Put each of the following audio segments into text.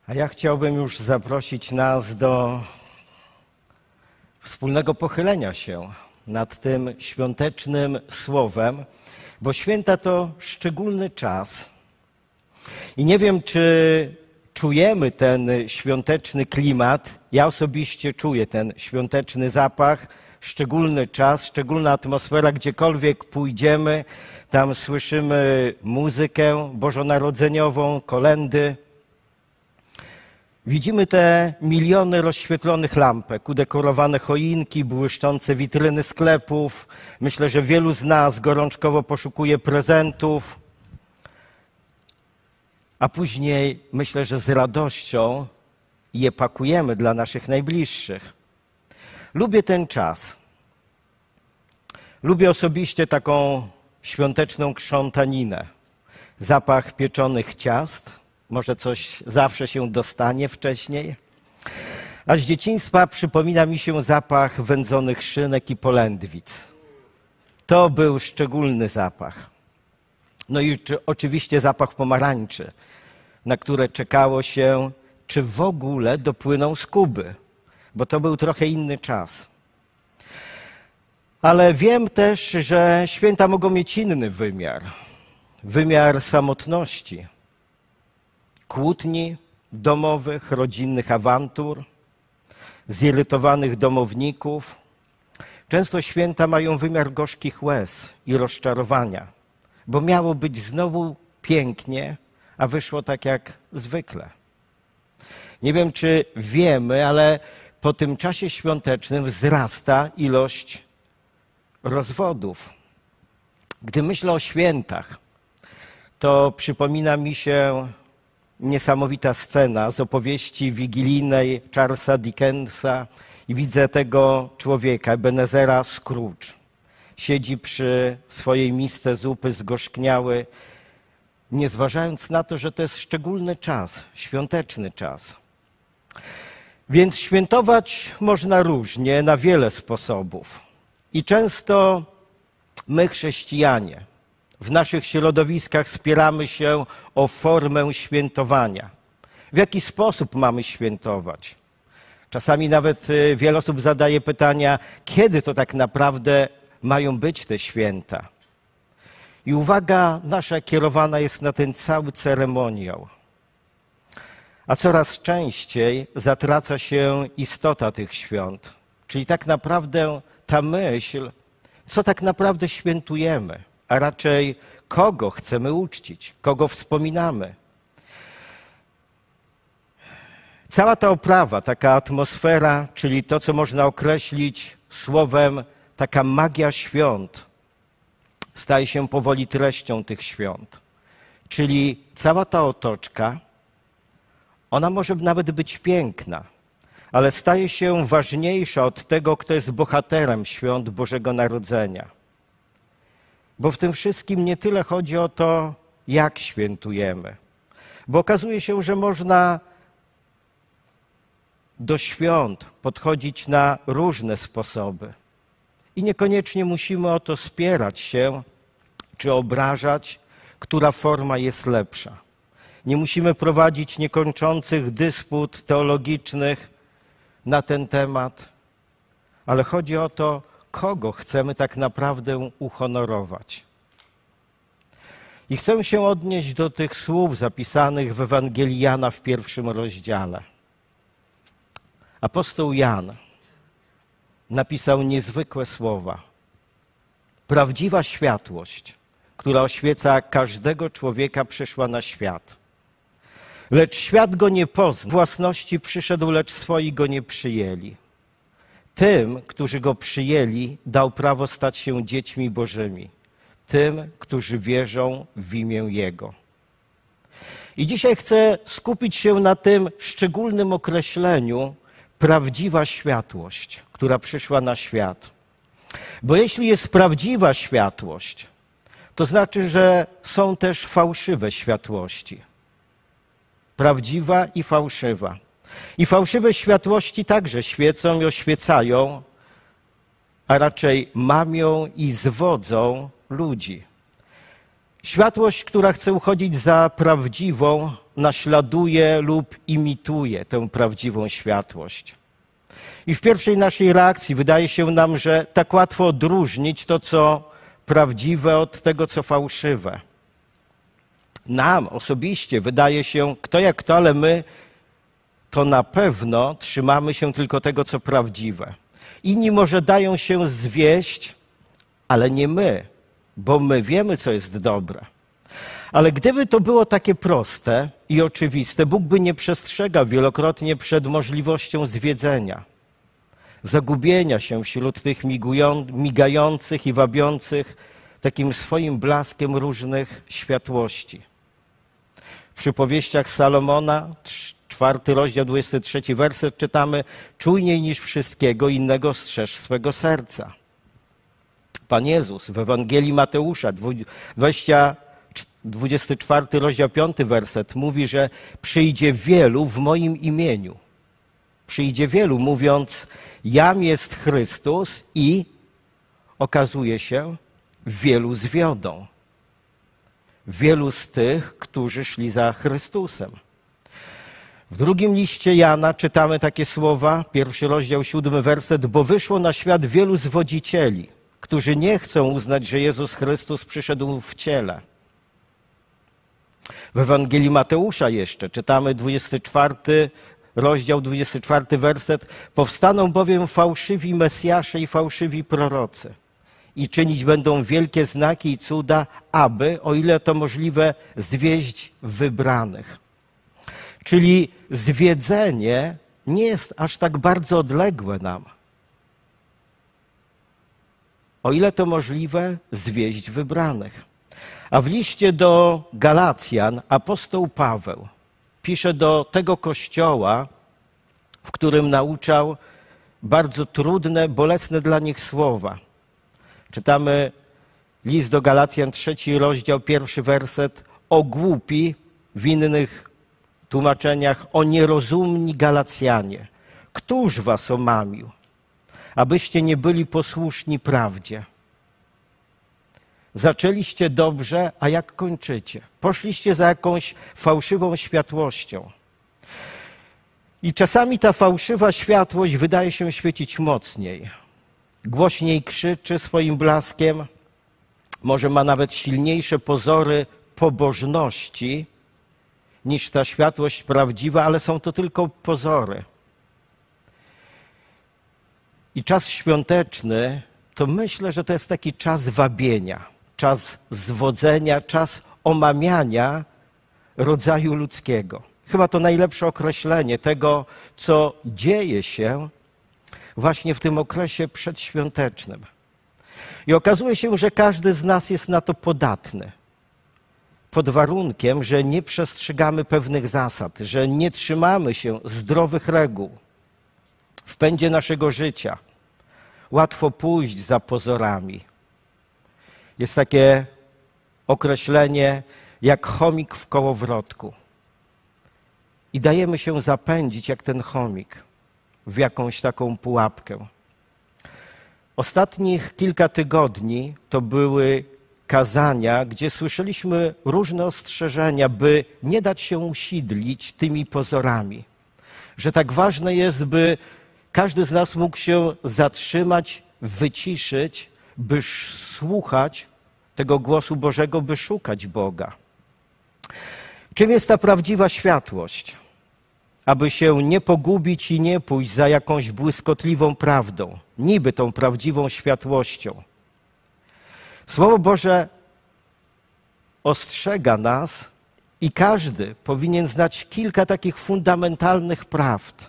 A ja chciałbym już zaprosić nas do wspólnego pochylenia się nad tym świątecznym słowem, bo święta to szczególny czas. I nie wiem, czy czujemy ten świąteczny klimat. Ja osobiście czuję ten świąteczny zapach, szczególny czas, szczególna atmosfera, gdziekolwiek pójdziemy. Tam słyszymy muzykę bożonarodzeniową, kolędy. Widzimy te miliony rozświetlonych lampek, udekorowane choinki, błyszczące witryny sklepów. Myślę, że wielu z nas gorączkowo poszukuje prezentów. A później myślę, że z radością je pakujemy dla naszych najbliższych. Lubię ten czas. Lubię osobiście taką świąteczną krzątaninę. Zapach pieczonych ciast. Może coś zawsze się dostanie wcześniej. A z dzieciństwa przypomina mi się zapach wędzonych szynek i polędwic. To był szczególny zapach. No i oczywiście zapach pomarańczy, na które czekało się, czy w ogóle dopłyną z Kuby, bo to był trochę inny czas. Ale wiem też, że święta mogą mieć inny wymiar. Wymiar samotności, kłótni domowych, rodzinnych awantur, zirytowanych domowników. Często święta mają wymiar gorzkich łez i rozczarowania, bo miało być znowu pięknie, a wyszło tak jak zwykle. Nie wiem, czy wiemy, ale po tym czasie świątecznym wzrasta ilość rozwodów. Gdy myślę o świętach, to przypomina mi się niesamowita scena z opowieści wigilijnej Charlesa Dickensa i widzę tego człowieka, Ebenezera Scrooge. Siedzi przy swojej misce zupy zgorzkniały, nie zważając na to, że to jest szczególny czas, świąteczny czas. Więc świętować można różnie, na wiele sposobów. I często my, chrześcijanie, w naszych środowiskach spieramy się o formę świętowania. W jaki sposób mamy świętować? Czasami nawet wiele osób zadaje pytania, kiedy to tak naprawdę mają być te święta? I uwaga nasza kierowana jest na ten cały ceremoniał. A coraz częściej zatraca się istota tych świąt. Czyli tak naprawdę ta myśl, co tak naprawdę świętujemy, a raczej kogo chcemy uczcić, kogo wspominamy. Cała ta oprawa, taka atmosfera, czyli to, co można określić słowem taka magia świąt, staje się powoli treścią tych świąt. Czyli cała ta otoczka, ona może nawet być piękna, ale staje się ważniejsza od tego, kto jest bohaterem świąt Bożego Narodzenia. Bo w tym wszystkim nie tyle chodzi o to, jak świętujemy. Bo okazuje się, że można do świąt podchodzić na różne sposoby. I niekoniecznie musimy o to spierać się, czy obrażać, która forma jest lepsza. Nie musimy prowadzić niekończących dysput teologicznych na ten temat, ale chodzi o to, kogo chcemy tak naprawdę uhonorować. I chcę się odnieść do tych słów zapisanych w Ewangelii Jana w 1 rozdziale. Apostoł Jan napisał niezwykłe słowa. Prawdziwa światłość, która oświeca każdego człowieka, przyszła na świat. Lecz świat go nie poznał. Własności przyszedł, lecz swoi go nie przyjęli. Tym, którzy go przyjęli, dał prawo stać się dziećmi Bożymi. Tym, którzy wierzą w imię Jego. I dzisiaj chcę skupić się na tym szczególnym określeniu prawdziwa światłość, która przyszła na świat. Bo jeśli jest prawdziwa światłość, to znaczy, że są też fałszywe światłości. Prawdziwa i fałszywa. I fałszywe światłości także świecą i oświecają, a raczej mamią i zwodzą ludzi. Światłość, która chce uchodzić za prawdziwą, naśladuje lub imituje tę prawdziwą światłość. I w pierwszej naszej reakcji wydaje się nam, że tak łatwo odróżnić to, co prawdziwe od tego, co fałszywe. Nam osobiście wydaje się, kto jak kto, ale my to na pewno trzymamy się tylko tego, co prawdziwe. Inni może dają się zwieść, ale nie my, bo my wiemy, co jest dobre. Ale gdyby to było takie proste i oczywiste, Bóg by nie przestrzegał wielokrotnie przed możliwością zwiedzenia, zagubienia się wśród tych migających i wabiących takim swoim blaskiem różnych światłości. W przypowieściach Salomona, 4 rozdział, 23 werset czytamy: czujniej niż wszystkiego innego strzeż swego serca. Pan Jezus w Ewangelii Mateusza, 24 rozdział, 5 werset mówi, że przyjdzie wielu w moim imieniu. Przyjdzie wielu, mówiąc, jam jest Chrystus, i okazuje się, wielu zwiodą. Wielu z tych, którzy szli za Chrystusem. W drugim liście Jana czytamy takie słowa, 1 rozdział, 7 werset, bo wyszło na świat wielu zwodzicieli, którzy nie chcą uznać, że Jezus Chrystus przyszedł w ciele. W Ewangelii Mateusza jeszcze czytamy 24 rozdział, 24 werset, powstaną bowiem fałszywi Mesjasze i fałszywi prorocy i czynić będą wielkie znaki i cuda, aby, o ile to możliwe, zwieść wybranych. Czyli zwiedzenie nie jest aż tak bardzo odległe nam. O ile to możliwe, zwieść wybranych. A w liście do Galacjan apostoł Paweł pisze do tego kościoła, w którym nauczał bardzo trudne, bolesne dla nich słowa. Czytamy list do Galacjan, 3 rozdział, 1 werset. O głupi, w innych tłumaczeniach, o nierozumni Galacjanie, któż was omamił, abyście nie byli posłuszni prawdzie? Zaczęliście dobrze, a jak kończycie? Poszliście za jakąś fałszywą światłością. I czasami ta fałszywa światłość wydaje się świecić mocniej. Głośniej krzyczy swoim blaskiem, może ma nawet silniejsze pozory pobożności niż ta światłość prawdziwa, ale są to tylko pozory. I czas świąteczny to myślę, że to jest taki czas wabienia, czas zwodzenia, czas omamiania rodzaju ludzkiego. Chyba to najlepsze określenie tego, co dzieje się właśnie w tym okresie przedświątecznym. I okazuje się, że każdy z nas jest na to podatny. Pod warunkiem, że nie przestrzegamy pewnych zasad, że nie trzymamy się zdrowych reguł w pędzie naszego życia. Łatwo pójść za pozorami. Jest takie określenie jak chomik w kołowrotku. I dajemy się zapędzić jak ten chomik w jakąś taką pułapkę. Ostatnich kilka tygodni to były kazania, gdzie słyszeliśmy różne ostrzeżenia, by nie dać się usidlić tymi pozorami. Że tak ważne jest, by każdy z nas mógł się zatrzymać, wyciszyć, by słuchać tego głosu Bożego, by szukać Boga. Czym jest ta prawdziwa światłość? Aby się nie pogubić i nie pójść za jakąś błyskotliwą prawdą, niby tą prawdziwą światłością. Słowo Boże ostrzega nas i każdy powinien znać kilka takich fundamentalnych prawd,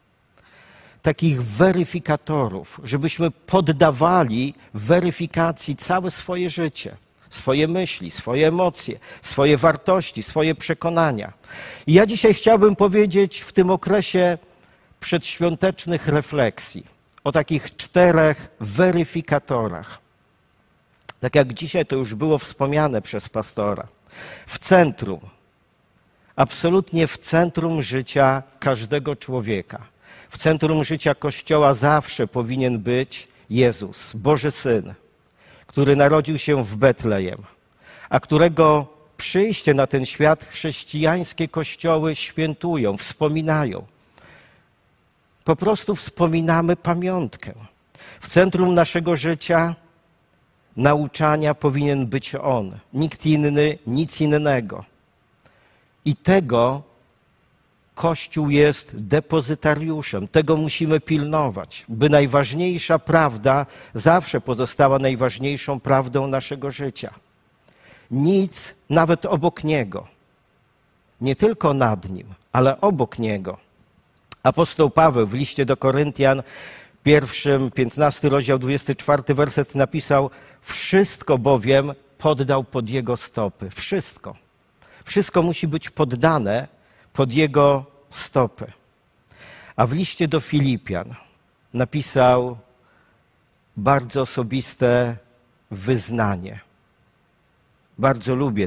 takich weryfikatorów, żebyśmy poddawali weryfikacji całe swoje życie, swoje myśli, swoje emocje, swoje wartości, swoje przekonania. I ja dzisiaj chciałbym powiedzieć w tym okresie przedświątecznych refleksji o takich 4 weryfikatorach. Tak jak dzisiaj to już było wspomniane przez pastora. W centrum, absolutnie w centrum życia każdego człowieka, w centrum życia Kościoła zawsze powinien być Jezus, Boży Syn, który narodził się w Betlejem, a którego przyjście na ten świat chrześcijańskie kościoły świętują, wspominają. Po prostu wspominamy pamiątkę. W centrum naszego życia, nauczania powinien być On. Nikt inny, nic innego. I tego Kościół jest depozytariuszem. Tego musimy pilnować, by najważniejsza prawda zawsze pozostała najważniejszą prawdą naszego życia. Nic nawet obok Niego. Nie tylko nad Nim, ale obok Niego. Apostoł Paweł w liście do Koryntian, 15 rozdział, 24 werset napisał: wszystko bowiem poddał pod Jego stopy. Wszystko. Wszystko musi być poddane pod Jego stopy. A w liście do Filipian napisał bardzo osobiste wyznanie. Bardzo lubię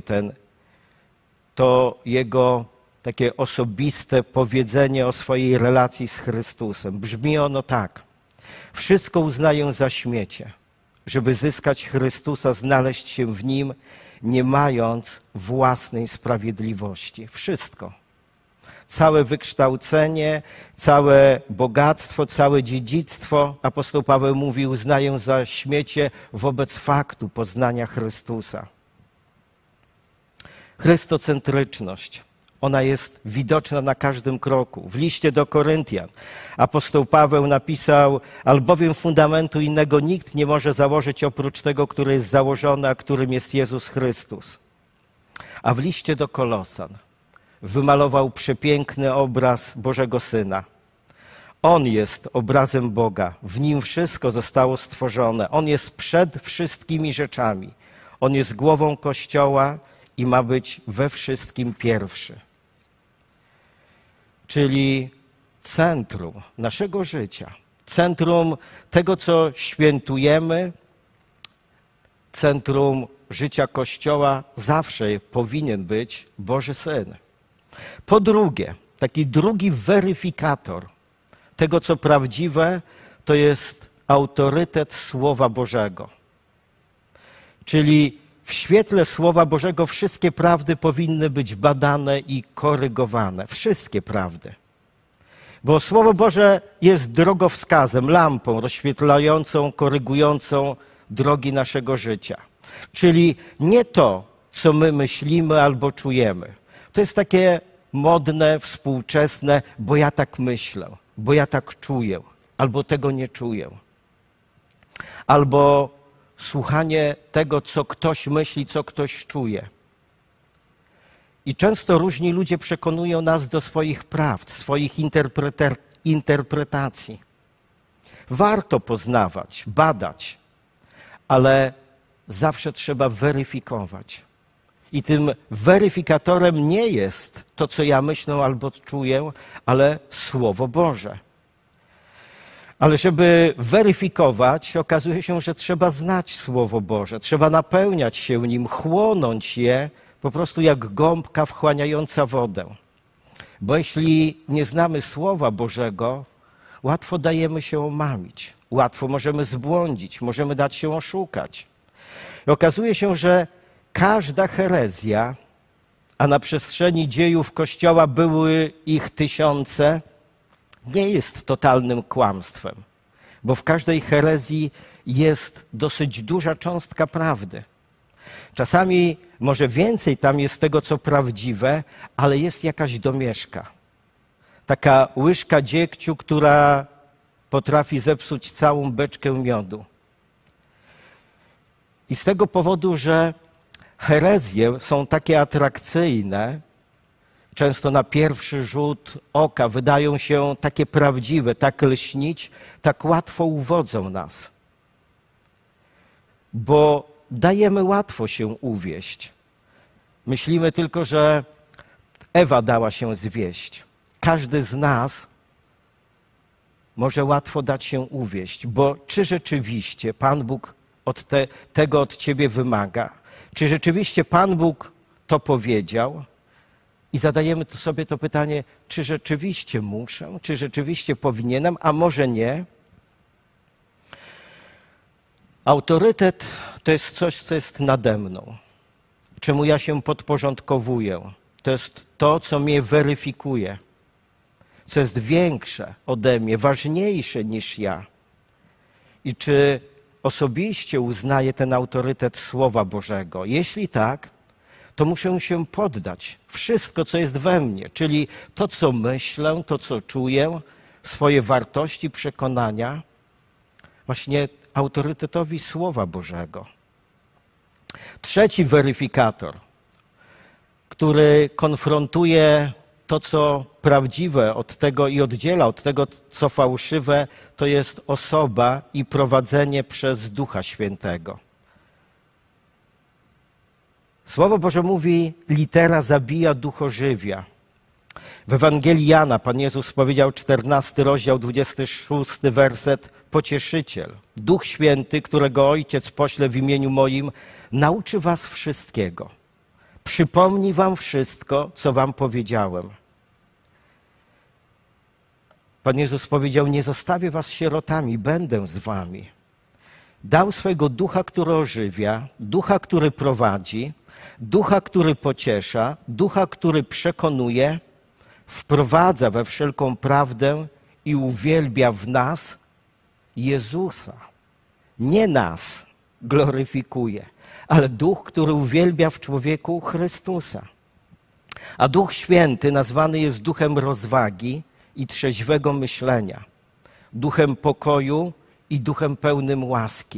to jego takie osobiste powiedzenie o swojej relacji z Chrystusem. Brzmi ono tak: wszystko uznaję za śmiecie, żeby zyskać Chrystusa, znaleźć się w Nim, nie mając własnej sprawiedliwości. Wszystko. Całe wykształcenie, całe bogactwo, całe dziedzictwo, apostoł Paweł mówi, uznaję za śmiecie wobec faktu poznania Chrystusa. Chrystocentryczność, ona jest widoczna na każdym kroku. W liście do Koryntian apostoł Paweł napisał: albowiem fundamentu innego nikt nie może założyć oprócz tego, który jest założony, a którym jest Jezus Chrystus. A w liście do Kolosan wymalował przepiękny obraz Bożego Syna. On jest obrazem Boga. W Nim wszystko zostało stworzone. On jest przed wszystkimi rzeczami. On jest głową Kościoła i ma być we wszystkim pierwszy. Czyli centrum naszego życia, centrum tego, co świętujemy, centrum życia Kościoła zawsze powinien być Boży Syn. Po drugie, taki drugi weryfikator tego, co prawdziwe, to jest autorytet Słowa Bożego. Czyli w świetle Słowa Bożego wszystkie prawdy powinny być badane i korygowane. Wszystkie prawdy. Bo Słowo Boże jest drogowskazem, lampą rozświetlającą, korygującą drogi naszego życia. Czyli nie to, co my myślimy albo czujemy. To jest takie modne, współczesne, bo ja tak myślę, bo ja tak czuję, albo tego nie czuję. Albo słuchanie tego, co ktoś myśli, co ktoś czuje. I często różni ludzie przekonują nas do swoich prawd, swoich interpretacji. Warto poznawać, badać, ale zawsze trzeba weryfikować. I tym weryfikatorem nie jest to, co ja myślę albo czuję, ale Słowo Boże. Ale żeby weryfikować, okazuje się, że trzeba znać Słowo Boże, trzeba napełniać się nim, chłonąć je, po prostu jak gąbka wchłaniająca wodę. Bo jeśli nie znamy Słowa Bożego, łatwo dajemy się omamić, łatwo możemy zbłądzić, możemy dać się oszukać. I okazuje się, że każda herezja, a na przestrzeni dziejów Kościoła były ich tysiące, nie jest totalnym kłamstwem, bo w każdej herezji jest dosyć duża cząstka prawdy. Czasami może więcej tam jest tego, co prawdziwe, ale jest jakaś domieszka. Taka łyżka dziegciu, która potrafi zepsuć całą beczkę miodu. I z tego powodu, że herezje są takie atrakcyjne, często na pierwszy rzut oka wydają się takie prawdziwe, tak lśnić, tak łatwo uwodzą nas. Bo dajemy łatwo się uwieść. Myślimy tylko, że Ewa dała się zwieść. Każdy z nas może łatwo dać się uwieść, bo czy rzeczywiście Pan Bóg tego od ciebie wymaga? Czy rzeczywiście Pan Bóg to powiedział? I zadajemy sobie to pytanie, czy rzeczywiście muszę, czy rzeczywiście powinienem, a może nie? Autorytet to jest coś, co jest nade mną. czemu ja się podporządkowuję. To jest to, co mnie weryfikuje, co jest większe ode mnie, ważniejsze niż ja. I czy osobiście uznaję ten autorytet Słowa Bożego? Jeśli tak, to muszę się poddać wszystko, co jest we mnie, czyli to, co myślę, to, co czuję, swoje wartości, przekonania, właśnie autorytetowi Słowa Bożego. Trzeci weryfikator, który konfrontuje to, co prawdziwe od tego i oddziela od tego, co fałszywe, to jest osoba i prowadzenie przez Ducha Świętego. Słowo Boże mówi, litera zabija, duch ożywia. W Ewangelii Jana Pan Jezus powiedział, 14 rozdział, 26 werset, Pocieszyciel, Duch Święty, którego Ojciec pośle w imieniu moim, nauczy was wszystkiego. Przypomni wam wszystko, co wam powiedziałem. Pan Jezus powiedział, nie zostawię was sierotami, będę z wami. Dał swojego Ducha, który ożywia, Ducha, który prowadzi, Ducha, który pociesza, Ducha, który przekonuje, wprowadza we wszelką prawdę i uwielbia w nas Jezusa. Nie nas gloryfikuje, ale Duch, który uwielbia w człowieku Chrystusa. A Duch Święty nazwany jest duchem rozwagi i trzeźwego myślenia, duchem pokoju i duchem pełnym łaski.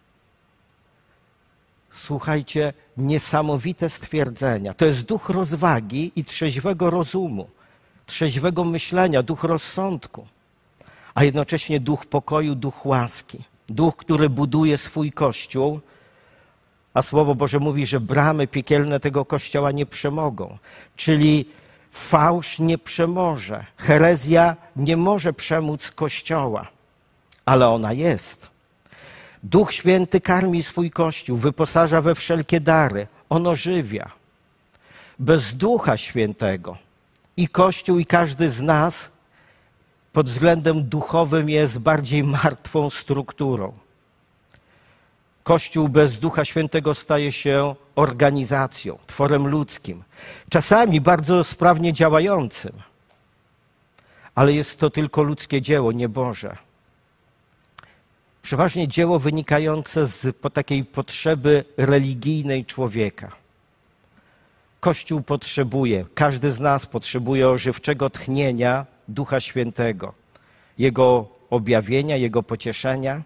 Słuchajcie, niesamowite stwierdzenia. To jest duch rozwagi i trzeźwego rozumu, trzeźwego myślenia, duch rozsądku, a jednocześnie duch pokoju, duch łaski. Duch, który buduje swój Kościół, a Słowo Boże mówi, że bramy piekielne tego Kościoła nie przemogą. Czyli fałsz nie przemoże, herezja nie może przemóc Kościoła, ale ona jest. Duch Święty karmi swój Kościół, wyposaża we wszelkie dary, on ożywia. Bez Ducha Świętego i Kościół, i każdy z nas pod względem duchowym jest bardziej martwą strukturą. Kościół bez Ducha Świętego staje się organizacją, tworem ludzkim, czasami bardzo sprawnie działającym, ale jest to tylko ludzkie dzieło, nie Boże. Przeważnie dzieło wynikające z takiej potrzeby religijnej człowieka. Kościół potrzebuje, każdy z nas potrzebuje ożywczego tchnienia Ducha Świętego, Jego objawienia, Jego pocieszenia,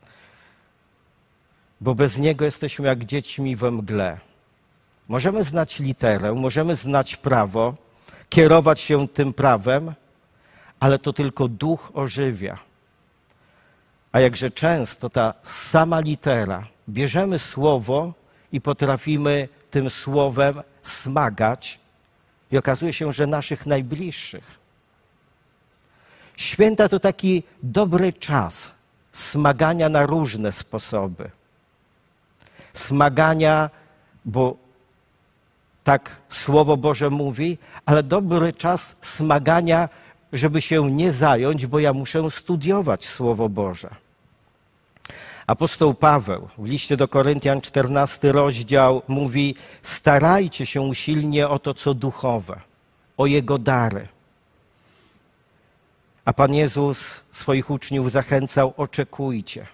bo bez Niego jesteśmy jak dziećmi we mgle. Możemy znać literę, możemy znać prawo, kierować się tym prawem, ale to tylko Duch ożywia. A jakże często ta sama litera, bierzemy słowo i potrafimy tym słowem smagać i okazuje się, że naszych najbliższych. Święta to taki dobry czas smagania na różne sposoby. Smagania, bo tak Słowo Boże mówi, ale dobry czas smagania, żeby się nie zająć, bo ja muszę studiować Słowo Boże. Apostoł Paweł w liście do Koryntian, 14 rozdział mówi, starajcie się usilnie o to, co duchowe, o Jego dary. A Pan Jezus swoich uczniów zachęcał, oczekujcie,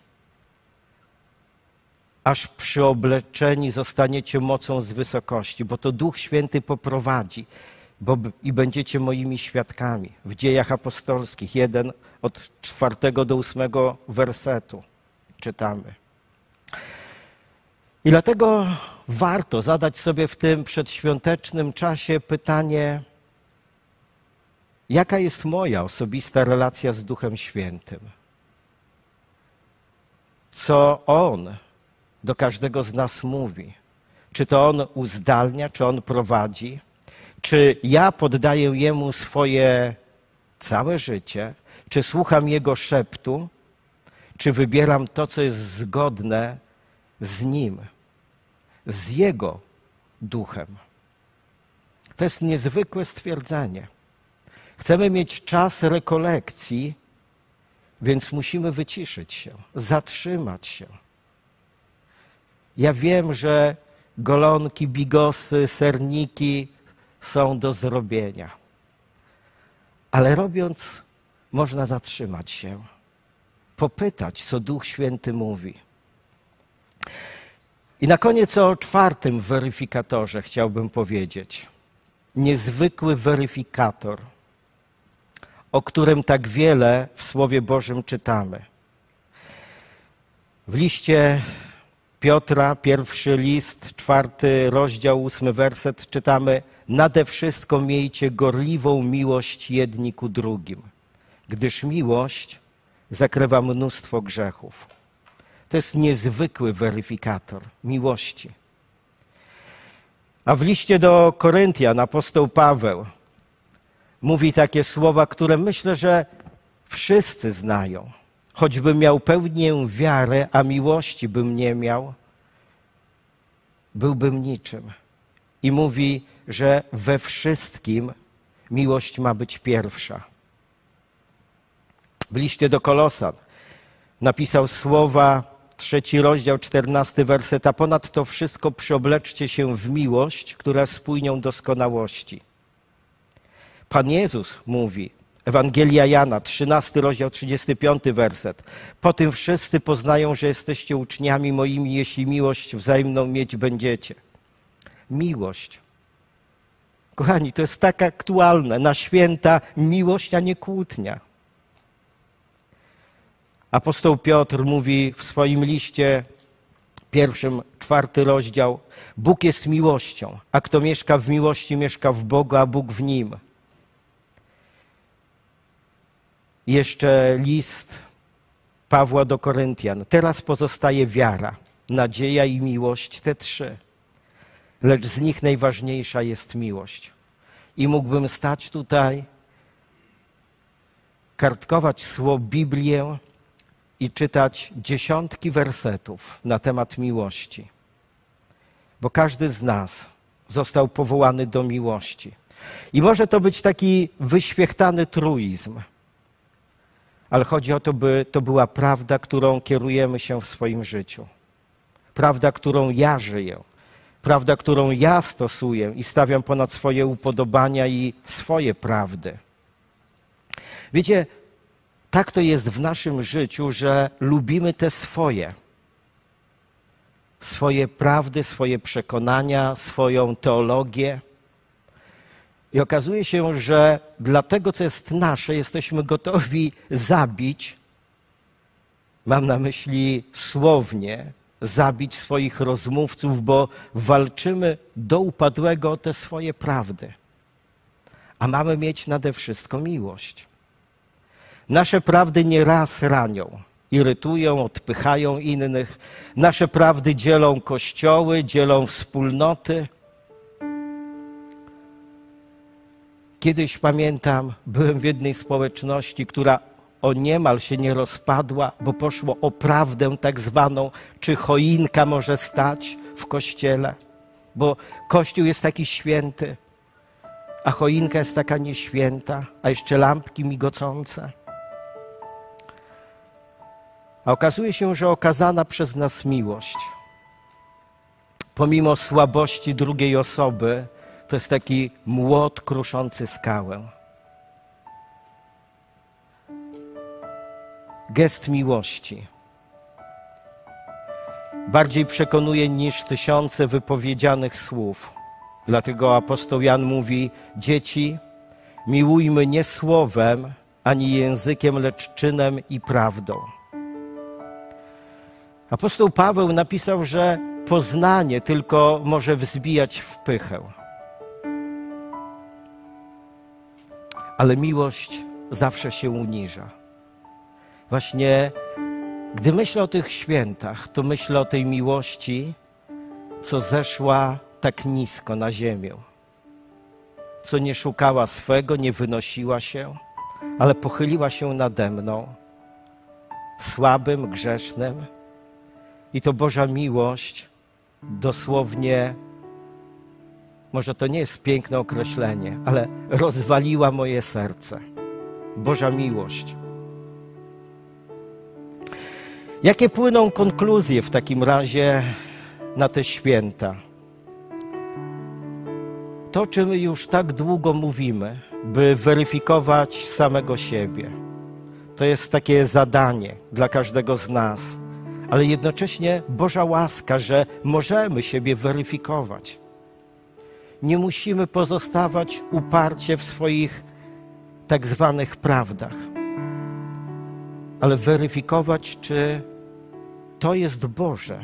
aż przyobleczeni zostaniecie mocą z wysokości, bo to Duch Święty poprowadzi i będziecie moimi świadkami. W Dziejach Apostolskich 1 od 4 do 8 wersetu czytamy. I dlatego warto zadać sobie w tym przedświątecznym czasie pytanie, jaka jest moja osobista relacja z Duchem Świętym? Co On do każdego z nas mówi? Czy to On uzdalnia, czy On prowadzi? Czy ja poddaję Jemu swoje całe życie? Czy słucham Jego szeptu? Czy wybieram to, co jest zgodne z Nim, z Jego Duchem? To jest niezwykłe stwierdzenie. Chcemy mieć czas rekolekcji, więc musimy wyciszyć się, zatrzymać się. Ja wiem, że golonki, bigosy, serniki są do zrobienia. Ale robiąc, można zatrzymać się, popytać, co Duch Święty mówi. I na koniec o czwartym weryfikatorze chciałbym powiedzieć. Niezwykły weryfikator, o którym tak wiele w Słowie Bożym czytamy. W liście Piotra, 1 list, 4 rozdział, 8 werset czytamy: nade wszystko miejcie gorliwą miłość jedni ku drugim, gdyż miłość zakrywa mnóstwo grzechów. To jest niezwykły weryfikator miłości. A w liście do Koryntian apostoł Paweł mówi takie słowa, które myślę, że wszyscy znają. Choćbym miał pełnię wiary, a miłości bym nie miał, byłbym niczym. I mówi, że we wszystkim miłość ma być pierwsza. W liście do Kolosan napisał słowa, 3 rozdział, 14 werset: a ponad to wszystko przyobleczcie się w miłość, która spójnią doskonałości. Pan Jezus mówi, Ewangelia Jana, 13 rozdział, 35 werset: po tym wszyscy poznają, że jesteście uczniami moimi, jeśli miłość wzajemną mieć będziecie. Miłość. Kochani, to jest tak aktualne. Na święta miłość, a nie kłótnia. Apostoł Piotr mówi w swoim liście, 4 rozdział: Bóg jest miłością, a kto mieszka w miłości, mieszka w Bogu, a Bóg w nim. Jeszcze list Pawła do Koryntian. Teraz pozostaje wiara, nadzieja i miłość, te trzy. Lecz z nich najważniejsza jest miłość. I mógłbym stać tutaj, kartkować Biblię i czytać dziesiątki wersetów na temat miłości. Bo każdy z nas został powołany do miłości. I może to być taki wyświechtany truizm, ale chodzi o to, by to była prawda, którą kierujemy się w swoim życiu. Prawda, którą ja żyję. Prawda, którą ja stosuję i stawiam ponad swoje upodobania i swoje prawdy. Wiecie, tak to jest w naszym życiu, że lubimy te swoje prawdy, swoje przekonania, swoją teologię. I okazuje się, że dla tego, co jest nasze, jesteśmy gotowi zabić, mam na myśli słownie, zabić swoich rozmówców, bo walczymy do upadłego o te swoje prawdy. A mamy mieć nade wszystko miłość. Nasze prawdy nieraz ranią, irytują, odpychają innych. Nasze prawdy dzielą kościoły, dzielą wspólnoty. Kiedyś pamiętam, byłem w jednej społeczności, która niemal się nie rozpadła, bo poszło o prawdę tak zwaną, czy choinka może stać w kościele, bo kościół jest taki święty, a choinka jest taka nieświęta, a jeszcze lampki migocące. A okazuje się, że okazana przez nas miłość, pomimo słabości drugiej osoby, to jest taki młot kruszący skałę. Gest miłości bardziej przekonuje niż tysiące wypowiedzianych słów. Dlatego apostoł Jan mówi: dzieci, miłujmy nie słowem, ani językiem, lecz czynem i prawdą. Apostoł Paweł napisał, że poznanie tylko może wzbijać w pychę. Ale miłość zawsze się uniża. Właśnie gdy myślę o tych świętach, to myślę o tej miłości, co zeszła tak nisko na ziemię. Co nie szukała swego, nie wynosiła się, ale pochyliła się nade mną, słabym, grzesznym. I to Boża miłość dosłownie, może to nie jest piękne określenie, ale rozwaliła moje serce. Boża miłość. Jakie płyną konkluzje w takim razie na te święta? To, czym my już tak długo mówimy, by weryfikować samego siebie, to jest takie zadanie dla każdego z nas, ale jednocześnie Boża łaska, że możemy siebie weryfikować. Nie musimy pozostawać uparcie w swoich tak zwanych prawdach, ale weryfikować, czy to jest Boże.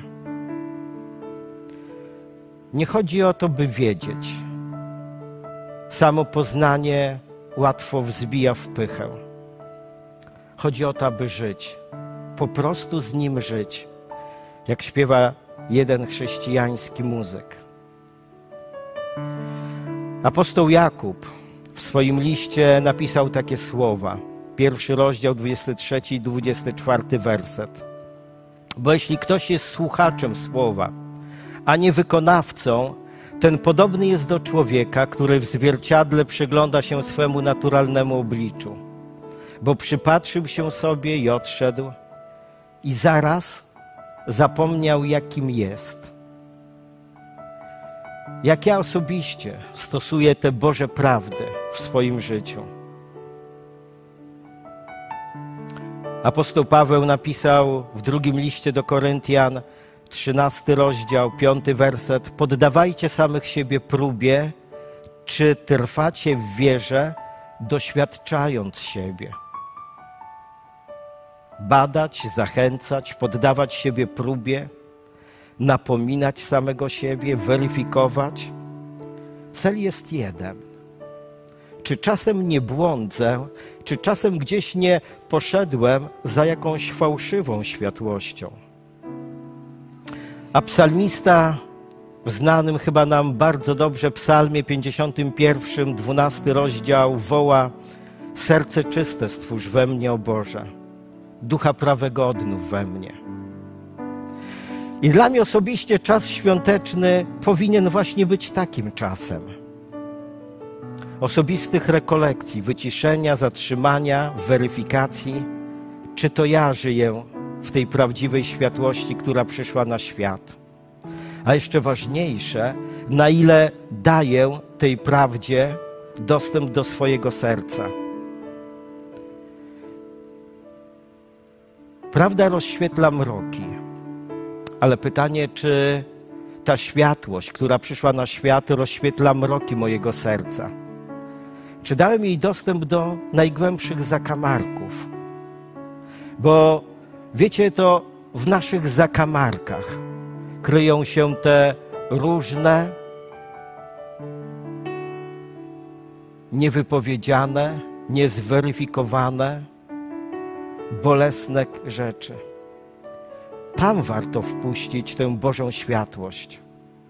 Nie chodzi o to, by wiedzieć. Samo poznanie łatwo wzbija w pychę. Chodzi o to, aby żyć. Po prostu z Nim żyć. Jak śpiewa jeden chrześcijański muzyk. Apostoł Jakub w swoim liście napisał takie słowa. 1 rozdział, 23 i 24 werset. Bo jeśli ktoś jest słuchaczem słowa, a nie wykonawcą, ten podobny jest do człowieka, który w zwierciadle przygląda się swemu naturalnemu obliczu. Bo przypatrzył się sobie i odszedł i zaraz zapomniał, jakim jest. Jak ja osobiście stosuję te Boże prawdy w swoim życiu. Apostoł Paweł napisał w drugim liście do Koryntian, 13 rozdział, 5 werset. Poddawajcie samych siebie próbie, czy trwacie w wierze, doświadczając siebie. Badać, zachęcać, poddawać siebie próbie, napominać samego siebie, weryfikować. Cel jest jeden. Czy czasem nie błądzę, czy czasem gdzieś nie poszedłem za jakąś fałszywą światłością? A psalmista w znanym chyba nam bardzo dobrze psalmie 51, 12 rozdział woła: serce czyste stwórz we mnie, o Boże, ducha prawego odnów we mnie. I dla mnie osobiście czas świąteczny powinien właśnie być takim czasem. Osobistych rekolekcji, wyciszenia, zatrzymania, weryfikacji, czy to ja żyję w tej prawdziwej światłości, która przyszła na świat. A jeszcze ważniejsze, na ile daję tej prawdzie dostęp do swojego serca. Prawda rozświetla mroki, ale pytanie, czy ta światłość, która przyszła na świat, rozświetla mroki mojego serca? Czy dałem jej dostęp do najgłębszych zakamarków? Bo wiecie, to w naszych zakamarkach kryją się te różne, niewypowiedziane, niezweryfikowane, bolesne rzeczy. Tam warto wpuścić tę Bożą światłość,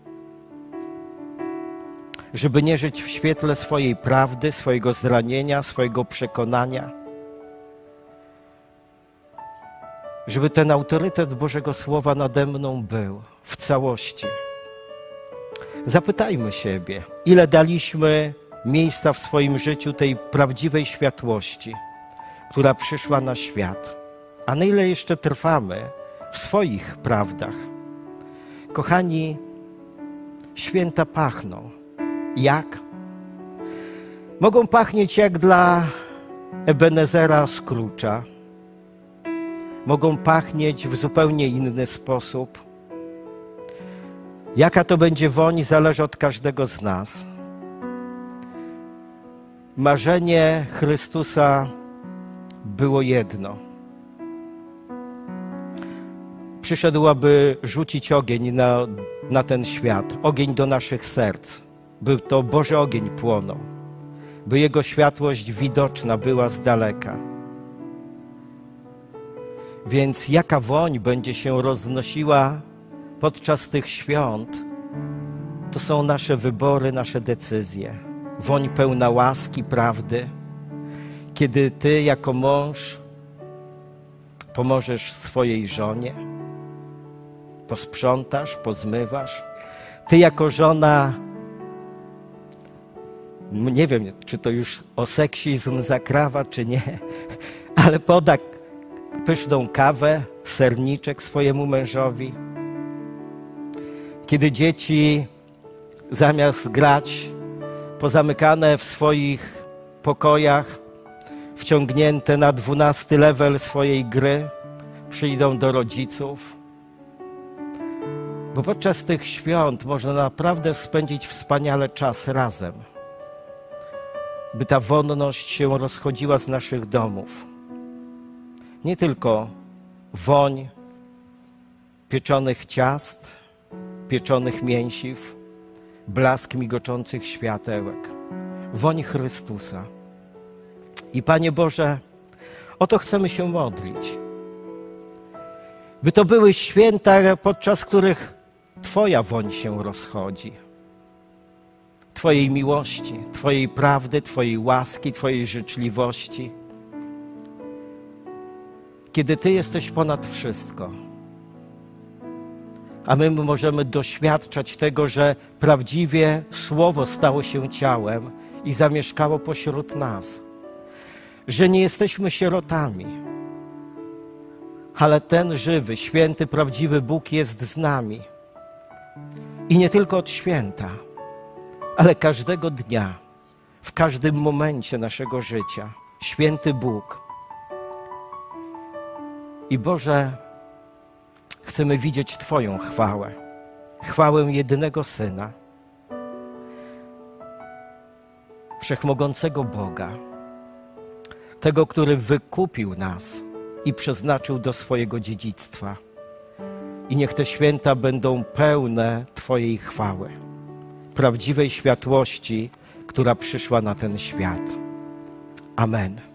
żeby nie żyć w świetle swojej prawdy, swojego zranienia, swojego przekonania, żeby ten autorytet Bożego Słowa nade mną był w całości. Zapytajmy siebie, ile daliśmy miejsca w swoim życiu tej prawdziwej światłości, która przyszła na świat, a na ile jeszcze trwamy w swoich prawdach. Kochani, święta pachną. Jak? Mogą pachnieć jak dla Ebenezera Scrooge'a. Mogą pachnieć w zupełnie inny sposób. Jaka to będzie woń, zależy od każdego z nas. Marzenie Chrystusa było jedno. Przyszedł, aby rzucić ogień na ten świat, ogień do naszych serc, by to Boży ogień płonął, by Jego światłość widoczna była z daleka. Więc jaka woń będzie się roznosiła podczas tych świąt, to są nasze wybory, nasze decyzje. Woń pełna łaski, prawdy, kiedy Ty jako mąż pomożesz swojej żonie, posprzątasz, pozmywasz. Ty jako żona, nie wiem, czy to już o seksizm zakrawa, czy nie, ale poda pyszną kawę, serniczek swojemu mężowi. Kiedy dzieci zamiast grać pozamykane w swoich pokojach, wciągnięte na 12 level swojej gry, przyjdą do rodziców. Bo podczas tych świąt można naprawdę spędzić wspaniale czas razem, by ta wonność się rozchodziła z naszych domów. Nie tylko woń pieczonych ciast, pieczonych mięsiw, blask migoczących światełek, woń Chrystusa. I Panie Boże, o to chcemy się modlić. By to były święta, podczas których Twoja woń się rozchodzi. Twojej miłości, Twojej prawdy, Twojej łaski, Twojej życzliwości. Kiedy Ty jesteś ponad wszystko, a my możemy doświadczać tego, że prawdziwie Słowo stało się ciałem i zamieszkało pośród nas. Że nie jesteśmy sierotami, ale ten żywy, święty, prawdziwy Bóg jest z nami. I nie tylko od święta, ale każdego dnia, w każdym momencie naszego życia. Święty Bóg. I Boże, chcemy widzieć Twoją chwałę. Chwałę jedynego Syna, wszechmogącego Boga, tego, który wykupił nas i przeznaczył do swojego dziedzictwa. I niech te święta będą pełne Twojej chwały, prawdziwej światłości, która przyszła na ten świat. Amen.